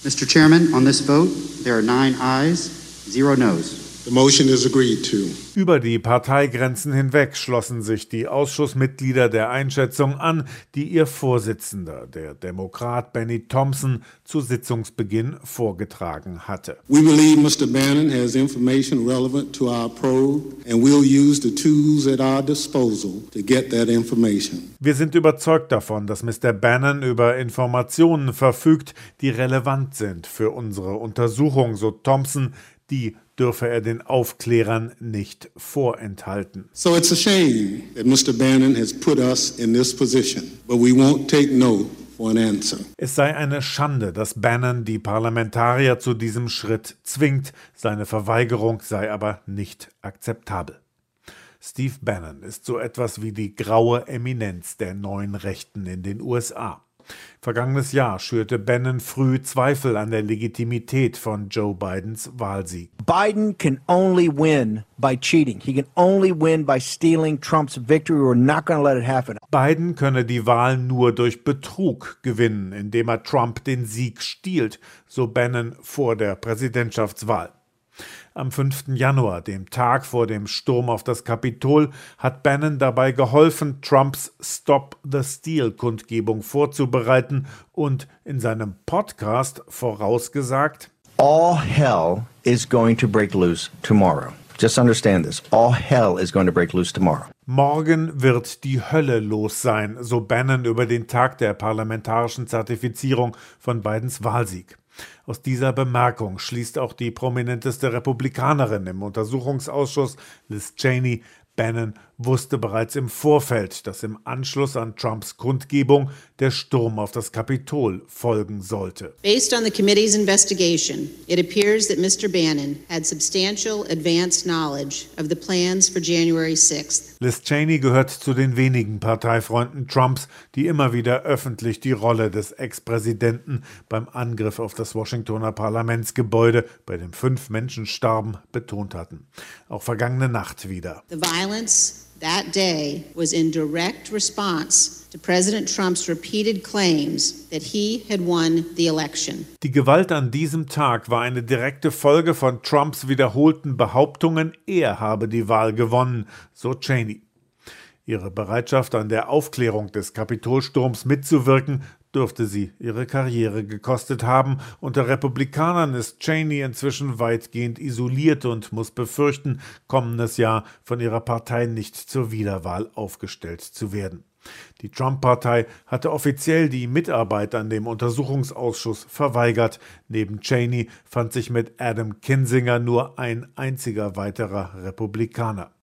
Mr. Chairman, on this vote, there are 9 ayes, 0 noes. The motion is agreed to. Über die Parteigrenzen hinweg schlossen sich die Ausschussmitglieder der Einschätzung an, die ihr Vorsitzender, der Demokrat Benny Thompson, zu Sitzungsbeginn vorgetragen hatte. We believe Mr. Bannon has information relevant to our probe and we'll use the tools at our disposal to get that information. Wir sind überzeugt davon, dass Mr. Bannon über Informationen verfügt, die relevant sind für unsere Untersuchung, so Thompson. Die dürfe er den Aufklärern nicht vorenthalten. So it's a shame that Mr. Bannon has put us in this position, but we won't take no for an answer. Es sei eine Schande, dass Bannon die Parlamentarier zu diesem Schritt zwingt. Seine Verweigerung sei aber nicht akzeptabel. Steve Bannon ist so etwas wie die graue Eminenz der neuen Rechten in den USA. Vergangenes Jahr schürte Bannon früh Zweifel an der Legitimität von Joe Bidens Wahlsieg. Biden can only win by cheating. He can only win by stealing Trump's victory. We're not going to let it happen. Biden könne die Wahl nur durch Betrug gewinnen, indem er Trump den Sieg stiehlt, so Bannon vor der Präsidentschaftswahl. Am 5. Januar, dem Tag vor dem Sturm auf das Kapitol, hat Bannon dabei geholfen, Trumps Stop the Steal-Kundgebung vorzubereiten und in seinem Podcast vorausgesagt: All hell is going to break loose tomorrow. Just understand this. All hell is going to break loose tomorrow. Morgen wird die Hölle los sein, so Bannon über den Tag der parlamentarischen Zertifizierung von Bidens Wahlsieg. Aus dieser Bemerkung schließt auch die prominenteste Republikanerin im Untersuchungsausschuss, Liz Cheney, Bannon wusste bereits im Vorfeld, dass im Anschluss an Trumps Kundgebung der Sturm auf das Kapitol folgen sollte. Based on the committee's investigation, it appears that Mr. Bannon had substantial advanced knowledge of the plans for January 6th. Liz Cheney gehört zu den wenigen Parteifreunden Trumps, die immer wieder öffentlich die Rolle des Ex-Präsidenten beim Angriff auf das Washingtoner Parlamentsgebäude, bei dem 5 Menschen starben, betont hatten. Auch vergangene Nacht wieder. The violence that day was in direct response to President Trump's repeated claims that he had won the election. Die Gewalt an diesem Tag war eine direkte Folge von Trumps wiederholten Behauptungen, er habe die Wahl gewonnen, so Cheney. Ihre Bereitschaft, an der Aufklärung des Kapitolsturms mitzuwirken, dürfte sie ihre Karriere gekostet haben. Unter Republikanern ist Cheney inzwischen weitgehend isoliert und muss befürchten, kommendes Jahr von ihrer Partei nicht zur Wiederwahl aufgestellt zu werden. Die Trump-Partei hatte offiziell die Mitarbeit an dem Untersuchungsausschuss verweigert. Neben Cheney fand sich mit Adam Kinzinger nur ein einziger weiterer Republikaner.